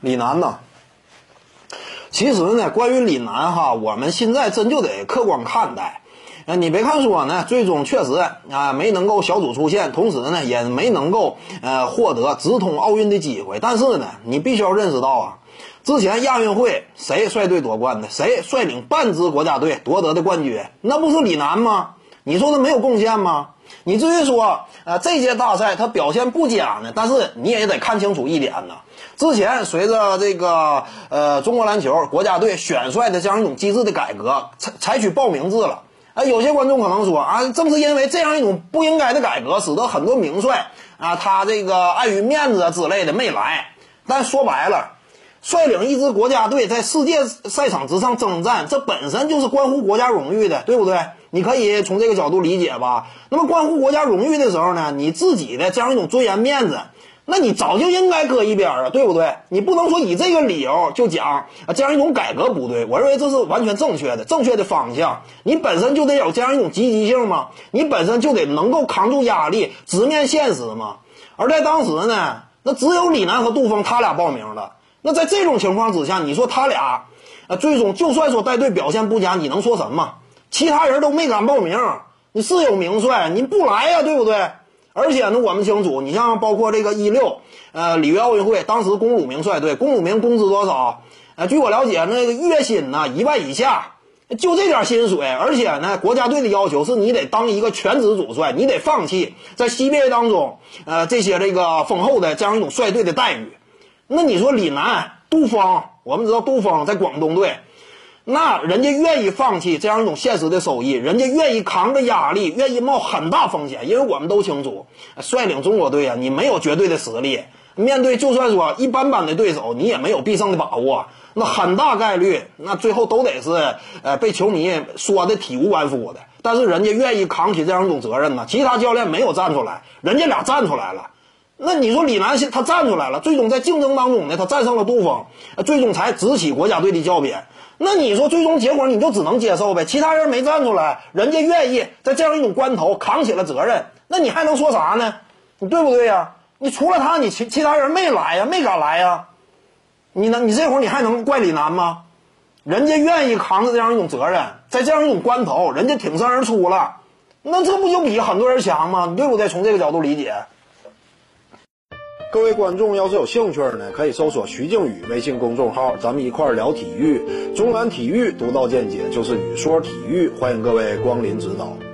李楠呐，其实呢，关于李楠哈，我们现在真就得客观看待。你别看说呢，最终确实没能够小组出线，同时呢也没能够获得直通奥运的机会。但是呢，你必须要认识到啊，之前亚运会谁率队夺冠的？谁率领半支国家队夺得的冠军？那不是李楠吗？你说他没有贡献吗？你至于说这届大赛他表现不佳呢，但是你也得看清楚一点呢。之前随着这个中国篮球国家队选帅的这样一种机制的改革，采取报名制了。有些观众可能说啊，正是因为这样一种不应该的改革，使得很多名帅他这个碍于面子之类的没来。但说白了，率领一支国家队在世界赛场之上征战，这本身就是关乎国家荣誉的，对不对？你可以从这个角度理解吧。那么关乎国家荣誉的时候呢，你自己的这样一种尊严面子，那你早就应该搁一边啊，对不对？你不能说以这个理由就讲这样一种改革不对，我认为这是完全正确的方向。你本身就得有这样一种积极性嘛，你本身就得能够扛住压力，直面现实嘛。而在当时呢，那只有李楠和杜峰他俩报名了。那在这种情况之下，你说他俩最终就算说带队表现不佳，你能说什么？其他人都没敢报名，你是有名帅，你不来呀，对不对？而且呢，我们清楚，你像包括这个16里约奥运会，当时龚汝明率队，龚汝明工资多少？据我了解，那个月薪呢1万以下，就这点薪水，而且呢，国家队的要求是你得当一个全职主帅，你得放弃在 CBA 当中这些这个丰厚的这样一种率队的待遇。那你说李楠、杜峰，我们知道杜峰在广东队。那人家愿意放弃这样一种现实的收益，人家愿意扛着压力，愿意冒很大风险，因为我们都清楚，率领中国队你没有绝对的实力，面对就算说一般般的对手，你也没有必胜的把握，那很大概率，那最后都得是被球迷说的体无完肤的。但是人家愿意扛起这样一种责任呢，其他教练没有站出来，人家俩站出来了。那你说李楠他站出来了，最终在竞争当中呢，他战胜了杜峰，最终才执起国家队的教鞭。那你说最终结果你就只能接受呗，其他人没站出来，人家愿意在这样一种关头扛起了责任，那你还能说啥呢？你对不对呀？你除了他，你其他人没来呀，没敢来呀，你这会儿你还能怪李楠吗？人家愿意扛着这样一种责任，在这样一种关头，人家挺身而出了，那这不就比很多人强吗？对不对？从这个角度理解。各位观众要是有兴趣呢，可以搜索徐静宇微信公众号，咱们一块聊体育，中南体育独到见解就是语说体育，欢迎各位光临指导。